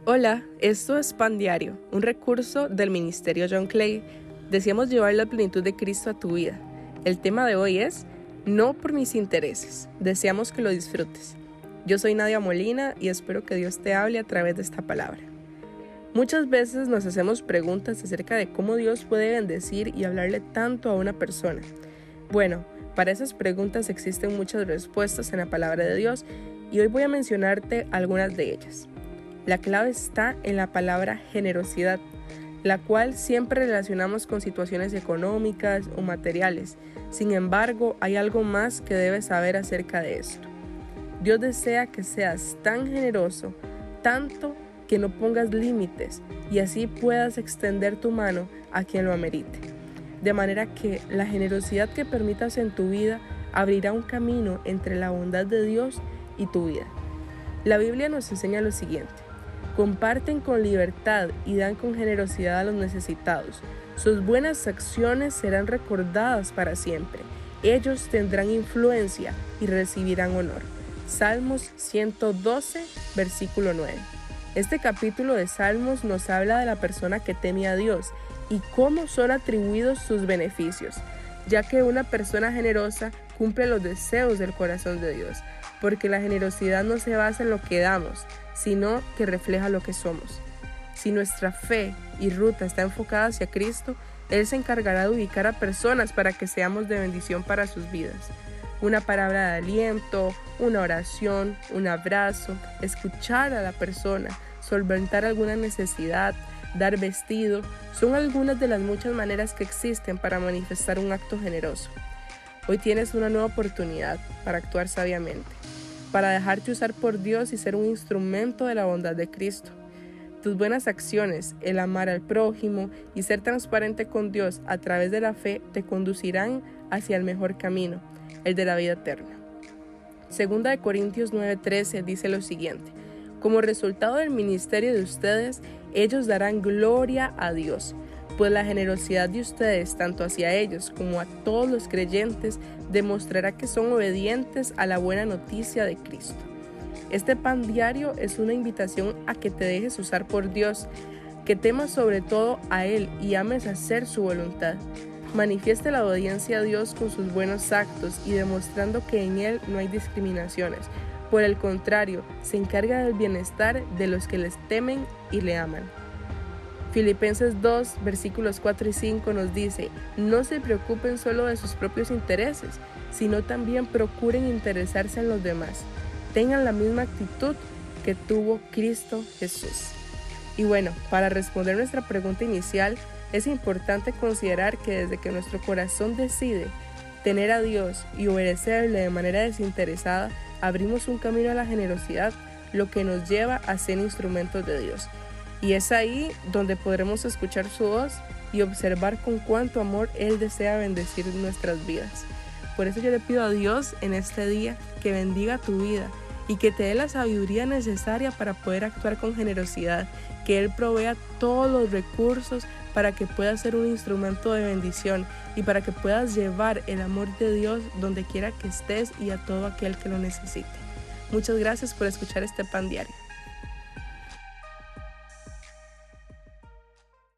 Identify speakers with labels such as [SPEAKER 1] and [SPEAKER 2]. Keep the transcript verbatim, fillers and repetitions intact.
[SPEAKER 1] Hola, esto es Pan Diario, un recurso del Ministerio John Clay. Deseamos llevar la plenitud de Cristo a tu vida. El tema de hoy es No por mis intereses. Deseamos que lo disfrutes. Yo soy Nadia Molina y espero que Dios te hable a través de esta palabra. Muchas veces nos hacemos preguntas acerca de cómo Dios puede bendecir y hablarle tanto a una persona. Bueno, para esas preguntas existen muchas respuestas en la palabra de Dios y hoy voy a mencionarte algunas de ellas. La clave está en la palabra generosidad, la cual siempre relacionamos con situaciones económicas o materiales. Sin embargo, hay algo más que debes saber acerca de esto. Dios desea que seas tan generoso, tanto que no pongas límites y así puedas extender tu mano a quien lo amerite. De manera que la generosidad que permitas en tu vida abrirá un camino entre la bondad de Dios y tu vida. La Biblia nos enseña lo siguiente: comparten con libertad y dan con generosidad a los necesitados. Sus buenas acciones serán recordadas para siempre. Ellos tendrán influencia y recibirán honor. Salmos ciento doce, versículo nueve. Este capítulo de Salmos nos habla de la persona que teme a Dios y cómo son atribuidos sus beneficios, ya que una persona generosa cumple los deseos del corazón de Dios, porque la generosidad no se basa en lo que damos, sino que refleja lo que somos. Si nuestra fe y ruta está enfocada hacia Cristo, Él se encargará de ubicar a personas para que seamos de bendición para sus vidas. Una palabra de aliento, una oración, un abrazo, escuchar a la persona, solventar alguna necesidad, dar vestido, son algunas de las muchas maneras que existen para manifestar un acto generoso. Hoy tienes una nueva oportunidad para actuar sabiamente, para dejarte usar por Dios y ser un instrumento de la bondad de Cristo. Tus buenas acciones, el amar al prójimo y ser transparente con Dios a través de la fe te conducirán hacia el mejor camino, el de la vida eterna. Segunda de Corintios nueve trece dice lo siguiente: como resultado del ministerio de ustedes, ellos darán gloria a Dios, pues la generosidad de ustedes, tanto hacia ellos como a todos los creyentes, demostrará que son obedientes a la buena noticia de Cristo. Este pan diario es una invitación a que te dejes usar por Dios, que temas sobre todo a Él y ames hacer su voluntad. Manifieste la obediencia a Dios con sus buenos actos y demostrando que en Él no hay discriminaciones. Por el contrario, se encarga del bienestar de los que les temen y le aman. Filipenses dos, versículos cuatro y cinco nos dice: no se preocupen solo de sus propios intereses, sino también procuren interesarse en los demás. Tengan la misma actitud que tuvo Cristo Jesús. Y bueno, para responder nuestra pregunta inicial, es importante considerar que desde que nuestro corazón decide tener a Dios y obedecerle de manera desinteresada, abrimos un camino a la generosidad, lo que nos lleva a ser instrumentos de Dios. Y es ahí donde podremos escuchar su voz y observar con cuánto amor Él desea bendecir nuestras vidas. Por eso yo le pido a Dios en este día que bendiga tu vida y que te dé la sabiduría necesaria para poder actuar con generosidad, que Él provea todos los recursos para que puedas ser un instrumento de bendición y para que puedas llevar el amor de Dios donde quiera que estés y a todo aquel que lo necesite. Muchas gracias por escuchar este Pan Diario.